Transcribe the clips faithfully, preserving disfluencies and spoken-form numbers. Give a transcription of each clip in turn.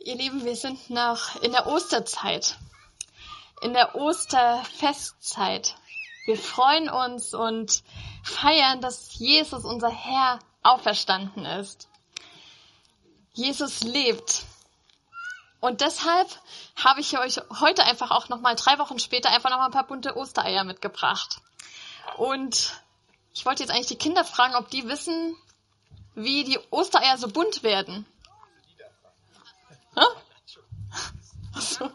Ihr Lieben, wir sind noch in der Osterzeit, in der Osterfestzeit. Wir freuen uns und feiern, dass Jesus, unser Herr, auferstanden ist. Jesus lebt. Und deshalb habe ich euch heute einfach auch nochmal, drei Wochen später, einfach nochmal ein paar bunte Ostereier mitgebracht. Und ich wollte jetzt eigentlich die Kinder fragen, ob die wissen, wie die Ostereier so bunt werden. Hä? Achso.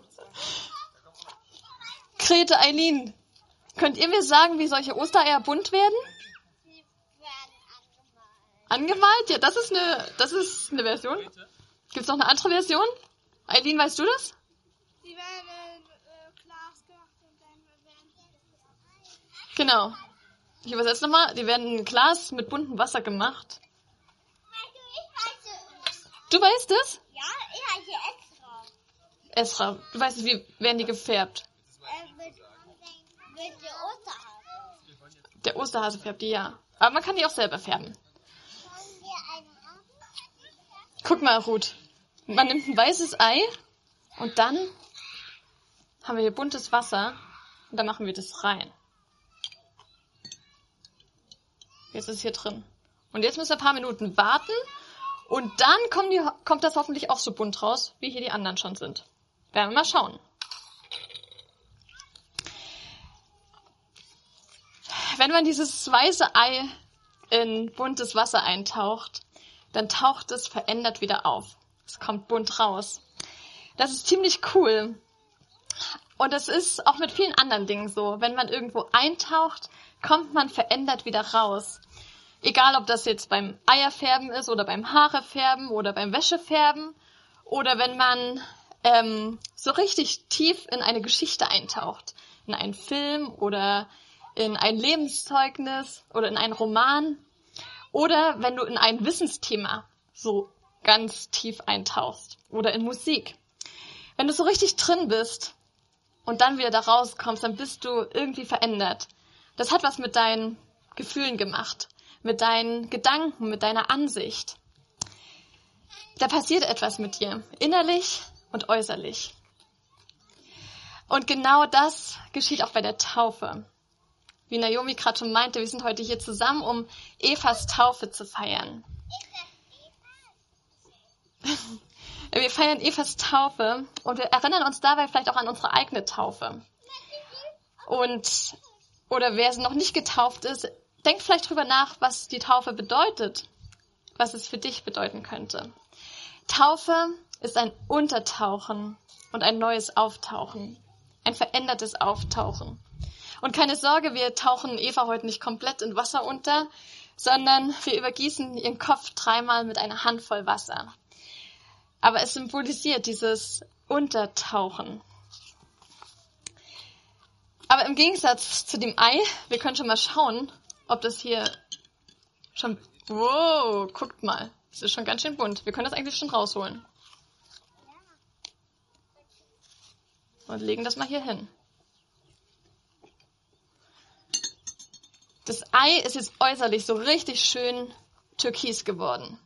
Grete, Eileen, könnt ihr mir sagen, wie solche Ostereier bunt werden? Sie werden angemalt. Angemalt? Ja, das ist eine, das ist eine Version. Gibt es noch eine andere Version? Eileen, weißt du das? Sie werden in äh, Glas gemacht und dann werden sie... Genau. Ich übersetze nochmal. Die werden in Glas mit buntem Wasser gemacht. Weißt du, ich weiß es. Du weißt es? Ja, ich heiße Esra. Esra, du weißt es, wie werden die gefärbt? Äh, mit, mit der Osterhase. Der Osterhase färbt die, ja. Aber man kann die auch selber färben. Wollen wir eine haben? Guck mal, Ruth. Man nimmt ein weißes Ei und dann haben wir hier buntes Wasser und dann machen wir das rein. Jetzt ist es hier drin. Und jetzt müssen wir ein paar Minuten warten und dann kommen die, kommt das hoffentlich auch so bunt raus, wie hier die anderen schon sind. Werden wir mal schauen. Wenn man dieses weiße Ei in buntes Wasser eintaucht, dann taucht es verändert wieder auf. Es kommt bunt raus. Das ist ziemlich cool. Und es ist auch mit vielen anderen Dingen so. Wenn man irgendwo eintaucht, kommt man verändert wieder raus. Egal, ob das jetzt beim Eierfärben ist oder beim Haarefärben oder beim Wäschefärben oder wenn man ähm, so richtig tief in eine Geschichte eintaucht, in einen Film oder in ein Lebenszeugnis oder in einen Roman oder wenn du in ein Wissensthema so ganz tief eintauchst oder in Musik. Wenn du so richtig drin bist und dann wieder da rauskommst, dann bist du irgendwie verändert. Das hat was mit deinen Gefühlen gemacht, mit deinen Gedanken, mit deiner Ansicht. Da passiert etwas mit dir, innerlich und äußerlich. Und genau das geschieht auch bei der Taufe. Wie Naomi gerade schon meinte, wir sind heute hier zusammen, um Evas Taufe zu feiern. Wir feiern Evas Taufe und wir erinnern uns dabei vielleicht auch an unsere eigene Taufe. Und, oder wer noch nicht getauft ist, denk vielleicht drüber nach, was die Taufe bedeutet, was es für dich bedeuten könnte. Taufe ist ein Untertauchen und ein neues Auftauchen, ein verändertes Auftauchen. Und keine Sorge, wir tauchen Eva heute nicht komplett in Wasser unter, sondern wir übergießen ihren Kopf dreimal mit einer Handvoll Wasser. Aber es symbolisiert dieses Untertauchen. Aber im Gegensatz zu dem Ei, wir können schon mal schauen, ob das hier schon... Wow, guckt mal. Es ist schon ganz schön bunt. Wir können das eigentlich schon rausholen. Und legen das mal hier hin. Das Ei ist jetzt äußerlich so richtig schön türkis geworden.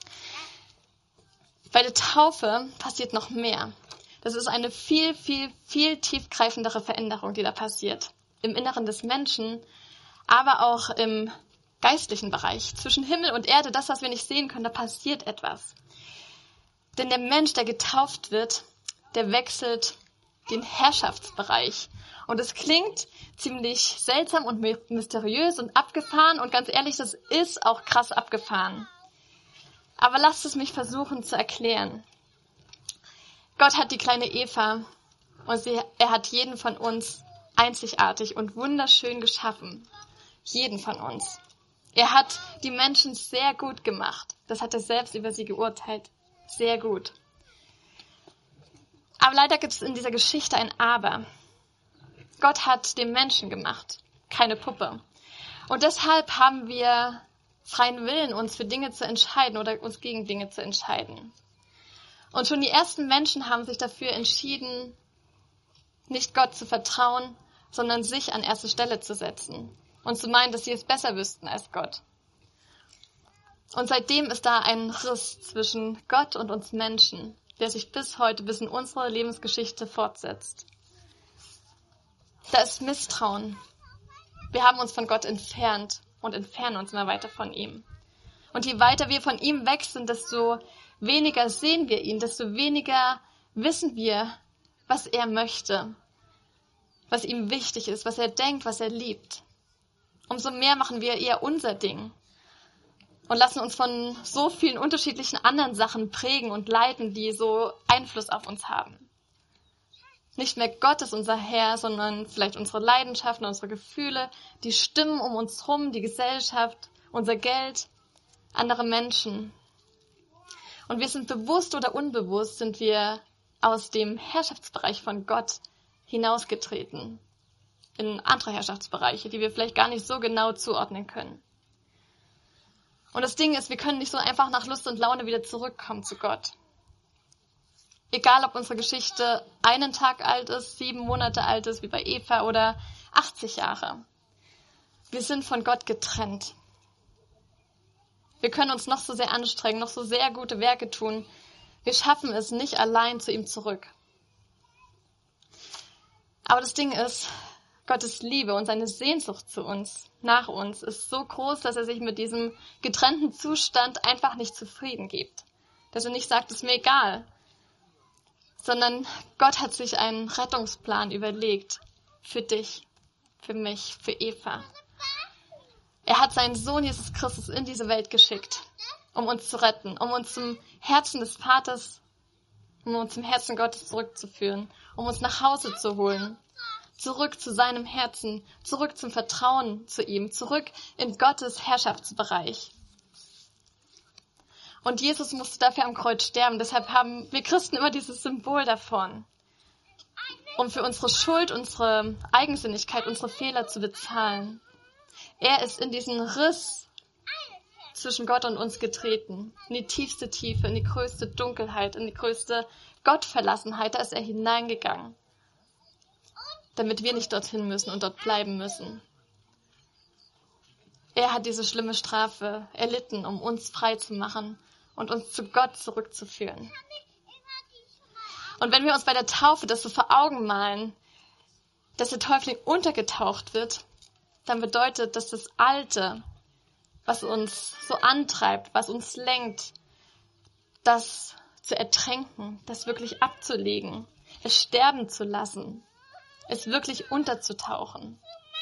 Bei der Taufe passiert noch mehr. Das ist eine viel, viel, viel tiefgreifendere Veränderung, die da passiert. Im Inneren des Menschen, aber auch im geistlichen Bereich. Zwischen Himmel und Erde, das, was wir nicht sehen können, da passiert etwas. Denn der Mensch, der getauft wird, der wechselt den Herrschaftsbereich. Und es klingt ziemlich seltsam und mysteriös und abgefahren. Und ganz ehrlich, das ist auch krass abgefahren. Aber lasst es mich versuchen zu erklären. Gott hat die kleine Eva und sie, er hat jeden von uns einzigartig und wunderschön geschaffen. Jeden von uns. Er hat die Menschen sehr gut gemacht. Das hat er selbst über sie geurteilt. Sehr gut. Aber leider gibt es in dieser Geschichte ein Aber. Gott hat den Menschen gemacht, keine Puppe. Und deshalb haben wir freien Willen, uns für Dinge zu entscheiden oder uns gegen Dinge zu entscheiden. Und schon die ersten Menschen haben sich dafür entschieden, nicht Gott zu vertrauen, sondern sich an erste Stelle zu setzen und zu meinen, dass sie es besser wüssten als Gott. Und seitdem ist da ein Riss zwischen Gott und uns Menschen, der sich bis heute, bis in unsere Lebensgeschichte fortsetzt. Da ist Misstrauen. Wir haben uns von Gott entfernt und entfernen uns immer weiter von ihm. Und je weiter wir von ihm weg sind, desto weniger sehen wir ihn, desto weniger wissen wir, was er möchte, was ihm wichtig ist, was er denkt, was er liebt. Umso mehr machen wir eher unser Ding und lassen uns von so vielen unterschiedlichen anderen Sachen prägen und leiten, die so Einfluss auf uns haben. Nicht mehr Gott ist unser Herr, sondern vielleicht unsere Leidenschaften, unsere Gefühle, die Stimmen um uns herum, die Gesellschaft, unser Geld, andere Menschen. Und wir sind bewusst oder unbewusst, sind wir aus dem Herrschaftsbereich von Gott hinausgetreten in andere Herrschaftsbereiche, die wir vielleicht gar nicht so genau zuordnen können. Und das Ding ist, wir können nicht so einfach nach Lust und Laune wieder zurückkommen zu Gott. Egal, ob unsere Geschichte einen Tag alt ist, sieben Monate alt ist, wie bei Eva, oder achtzig Jahre. Wir sind von Gott getrennt. Wir können uns noch so sehr anstrengen, noch so sehr gute Werke tun. Wir schaffen es nicht allein zu ihm zurück. Aber das Ding ist, Gottes Liebe und seine Sehnsucht zu uns, nach uns, ist so groß, dass er sich mit diesem getrennten Zustand einfach nicht zufrieden gibt. Dass er nicht sagt, es ist mir egal. Sondern Gott hat sich einen Rettungsplan überlegt. Für dich, für mich, für Eva. Er hat seinen Sohn Jesus Christus in diese Welt geschickt, um uns zu retten, um uns zum Herzen des Vaters, um uns zum Herzen Gottes zurückzuführen, um uns nach Hause zu holen. Zurück zu seinem Herzen, zurück zum Vertrauen zu ihm, zurück in Gottes Herrschaftsbereich. Und Jesus musste dafür am Kreuz sterben. Deshalb haben wir Christen immer dieses Symbol davon, um für unsere Schuld, unsere Eigensinnigkeit, unsere Fehler zu bezahlen. Er ist in diesen Riss zwischen Gott und uns getreten, in die tiefste Tiefe, in die größte Dunkelheit, in die größte Gottverlassenheit. Da ist er hineingegangen, damit wir nicht dorthin müssen und dort bleiben müssen. Er hat diese schlimme Strafe erlitten, um uns frei zu machen und uns zu Gott zurückzuführen. Und wenn wir uns bei der Taufe das so vor Augen malen, dass der Täufling untergetaucht wird, dann bedeutet, dass das Alte, was uns so antreibt, was uns lenkt, das zu ertränken, das wirklich abzulegen, es sterben zu lassen, es wirklich unterzutauchen.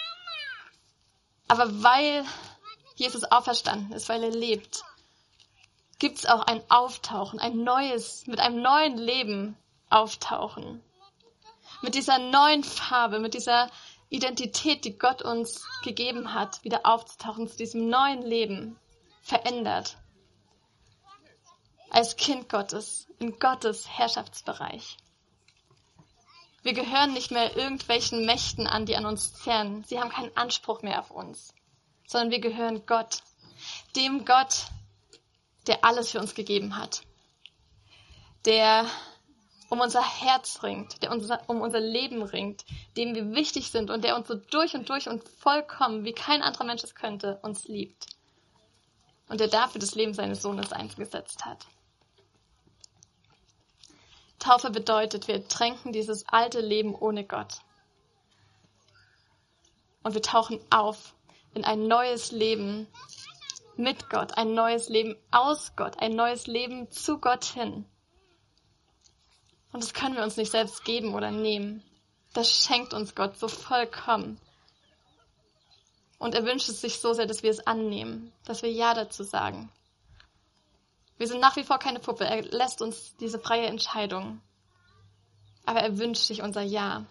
Aber weil Jesus auferstanden ist, weil er lebt, gibt es auch ein Auftauchen, ein neues, mit einem neuen Leben auftauchen. Mit dieser neuen Farbe, mit dieser Identität, die Gott uns gegeben hat, wieder aufzutauchen, zu diesem neuen Leben, verändert. Als Kind Gottes, in Gottes Herrschaftsbereich. Wir gehören nicht mehr irgendwelchen Mächten an, die an uns zerren. Sie haben keinen Anspruch mehr auf uns, sondern wir gehören Gott, dem Gott, der alles für uns gegeben hat, der um unser Herz ringt, der unser, um unser Leben ringt, dem wir wichtig sind und der uns so durch und durch und vollkommen, wie kein anderer Mensch es könnte, uns liebt. Und der dafür das Leben seines Sohnes eingesetzt hat. Taufe bedeutet, wir tränken dieses alte Leben ohne Gott. Und wir tauchen auf in ein neues Leben mit Gott, ein neues Leben aus Gott, ein neues Leben zu Gott hin. Und das können wir uns nicht selbst geben oder nehmen. Das schenkt uns Gott so vollkommen. Und er wünscht es sich so sehr, dass wir es annehmen, dass wir Ja dazu sagen. Wir sind nach wie vor keine Puppe. Er lässt uns diese freie Entscheidung. Aber er wünscht sich unser Ja.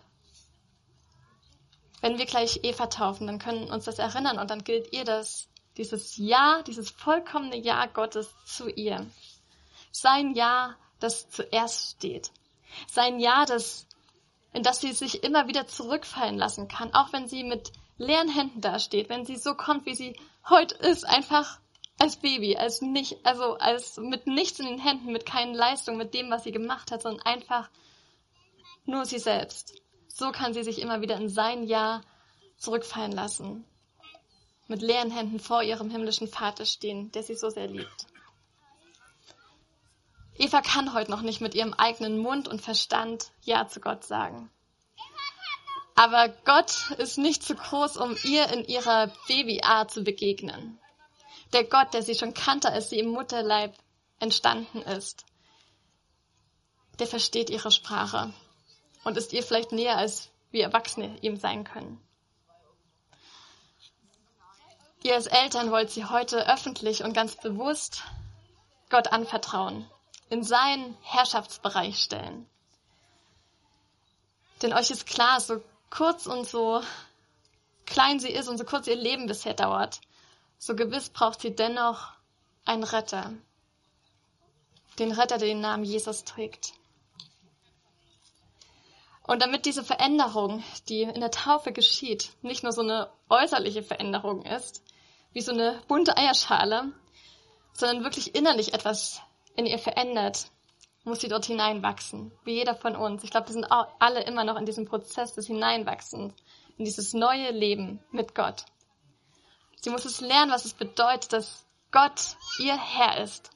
Wenn wir gleich Eva taufen, dann können uns das erinnern und dann gilt ihr das, dieses Ja, dieses vollkommene Ja Gottes zu ihr. Sein Ja, das zuerst steht. Sein Ja, das, in das sie sich immer wieder zurückfallen lassen kann, auch wenn sie mit leeren Händen dasteht, wenn sie so kommt, wie sie heute ist, einfach als Baby, als nicht, also als mit nichts in den Händen, mit keinen Leistungen, mit dem, was sie gemacht hat, sondern einfach nur sie selbst. So kann sie sich immer wieder in sein Ja zurückfallen lassen, mit leeren Händen vor ihrem himmlischen Vater stehen, der sie so sehr liebt. Eva kann heute noch nicht mit ihrem eigenen Mund und Verstand Ja zu Gott sagen. Aber Gott ist nicht zu groß, um ihr in ihrer Babyart zu begegnen. Der Gott, der sie schon kannte, als sie im Mutterleib entstanden ist, der versteht ihre Sprache und ist ihr vielleicht näher, als wir Erwachsene ihm sein können. Ihr als Eltern wollt sie heute öffentlich und ganz bewusst Gott anvertrauen, in seinen Herrschaftsbereich stellen. Denn euch ist klar, so kurz und so klein sie ist und so kurz ihr Leben bisher dauert, so gewiss braucht sie dennoch einen Retter. Den Retter, der den Namen Jesus trägt. Und damit diese Veränderung, die in der Taufe geschieht, nicht nur so eine äußerliche Veränderung ist, wie so eine bunte Eierschale, sondern wirklich innerlich etwas in ihr verändert, muss sie dort hineinwachsen, wie jeder von uns. Ich glaube, wir sind auch alle immer noch in diesem Prozess des Hineinwachsens, in dieses neue Leben mit Gott. Sie muss es lernen, was es bedeutet, dass Gott ihr Herr ist.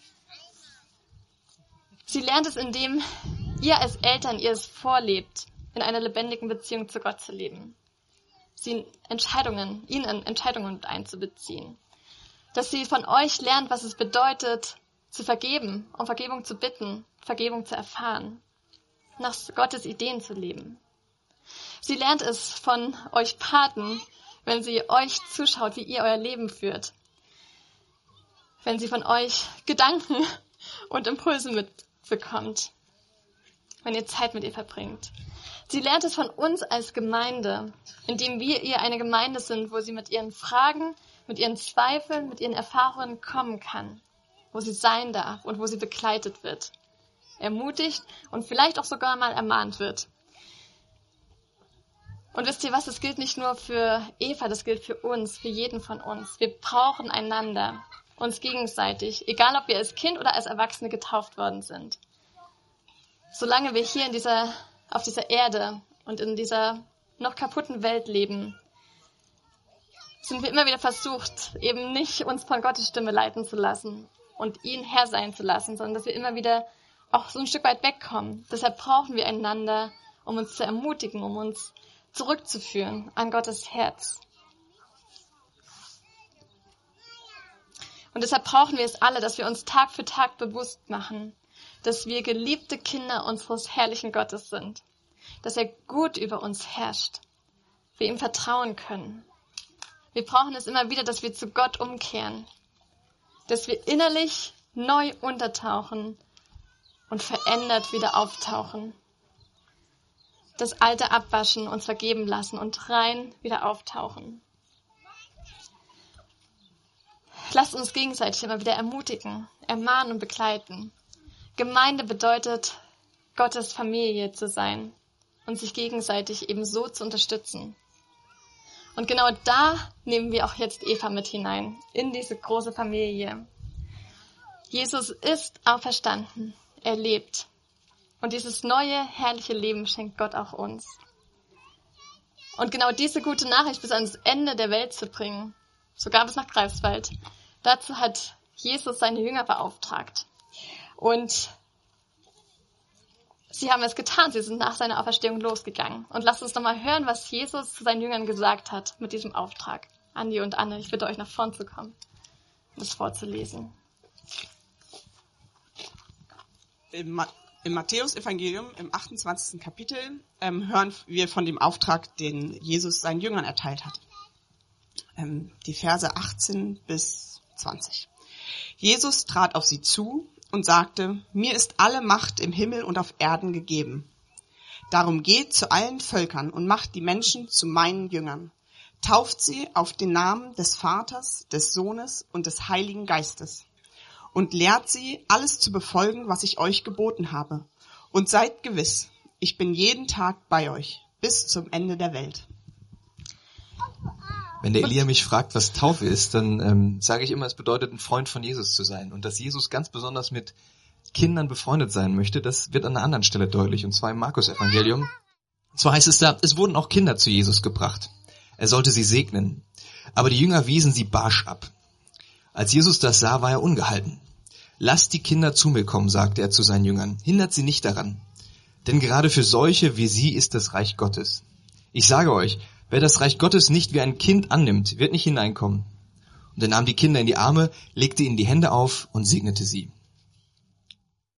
Sie lernt es, indem ihr als Eltern ihr es vorlebt, in einer lebendigen Beziehung zu Gott zu leben. Sie Entscheidungen, ihn in Entscheidungen mit einzubeziehen. Dass sie von euch lernt, was es bedeutet, zu vergeben, um Vergebung zu bitten, Vergebung zu erfahren, nach Gottes Ideen zu leben. Sie lernt es von euch Paten, wenn sie euch zuschaut, wie ihr euer Leben führt. Wenn sie von euch Gedanken und Impulse mitbekommt, wenn ihr Zeit mit ihr verbringt. Sie lernt es von uns als Gemeinde, indem wir ihr eine Gemeinde sind, wo sie mit ihren Fragen, mit ihren Zweifeln, mit ihren Erfahrungen kommen kann, wo sie sein darf und wo sie begleitet wird, ermutigt und vielleicht auch sogar mal ermahnt wird. Und wisst ihr was, das gilt nicht nur für Eva, das gilt für uns, für jeden von uns. Wir brauchen einander, uns gegenseitig, egal ob wir als Kind oder als Erwachsene getauft worden sind. Solange wir hier in dieser, auf dieser Erde und in dieser noch kaputten Welt leben, sind wir immer wieder versucht, eben nicht uns von Gottes Stimme leiten zu lassen und ihn Herr sein zu lassen, sondern dass wir immer wieder auch so ein Stück weit wegkommen. Deshalb brauchen wir einander, um uns zu ermutigen, um uns zurückzuführen an Gottes Herz. Und deshalb brauchen wir es alle, dass wir uns Tag für Tag bewusst machen, dass wir geliebte Kinder unseres herrlichen Gottes sind, dass er gut über uns herrscht, wir ihm vertrauen können. Wir brauchen es immer wieder, dass wir zu Gott umkehren, dass wir innerlich neu untertauchen und verändert wieder auftauchen. Das Alte abwaschen, uns vergeben lassen und rein wieder auftauchen. Lasst uns gegenseitig immer wieder ermutigen, ermahnen und begleiten. Gemeinde bedeutet, Gottes Familie zu sein und sich gegenseitig eben so zu unterstützen. Und genau da nehmen wir auch jetzt Eva mit hinein, in diese große Familie. Jesus ist auferstanden, er lebt. Und dieses neue, herrliche Leben schenkt Gott auch uns. Und genau diese gute Nachricht bis ans Ende der Welt zu bringen, sogar bis nach Greifswald, dazu hat Jesus seine Jünger beauftragt. Und sie haben es getan, sie sind nach seiner Auferstehung losgegangen. Und lasst uns nochmal hören, was Jesus zu seinen Jüngern gesagt hat mit diesem Auftrag. Andi und Anne, ich bitte euch nach vorn zu kommen, um das vorzulesen. Im, Ma- im Matthäus-Evangelium, im achtundzwanzigsten Kapitel, ähm, hören wir von dem Auftrag, den Jesus seinen Jüngern erteilt hat. Ähm, die Verse achtzehn bis zwanzig. Jesus trat auf sie zu und sagte, mir ist alle Macht im Himmel und auf Erden gegeben. Darum geht zu allen Völkern und macht die Menschen zu meinen Jüngern. Tauft sie auf den Namen des Vaters, des Sohnes und des Heiligen Geistes. Und lehrt sie, alles zu befolgen, was ich euch geboten habe. Und seid gewiss, ich bin jeden Tag bei euch, bis zum Ende der Welt. Wenn der Elia mich fragt, was Taufe ist, dann ähm, sage ich immer, es bedeutet, ein Freund von Jesus zu sein. Und dass Jesus ganz besonders mit Kindern befreundet sein möchte, das wird an einer anderen Stelle deutlich, und zwar im Markus-Evangelium. Und zwar heißt es da, es wurden auch Kinder zu Jesus gebracht. Er sollte sie segnen. Aber die Jünger wiesen sie barsch ab. Als Jesus das sah, war er ungehalten. Lasst die Kinder zu mir kommen, sagte er zu seinen Jüngern. Hindert sie nicht daran. Denn gerade für solche wie sie ist das Reich Gottes. Ich sage euch, wer das Reich Gottes nicht wie ein Kind annimmt, wird nicht hineinkommen. Und er nahm die Kinder in die Arme, legte ihnen die Hände auf und segnete sie.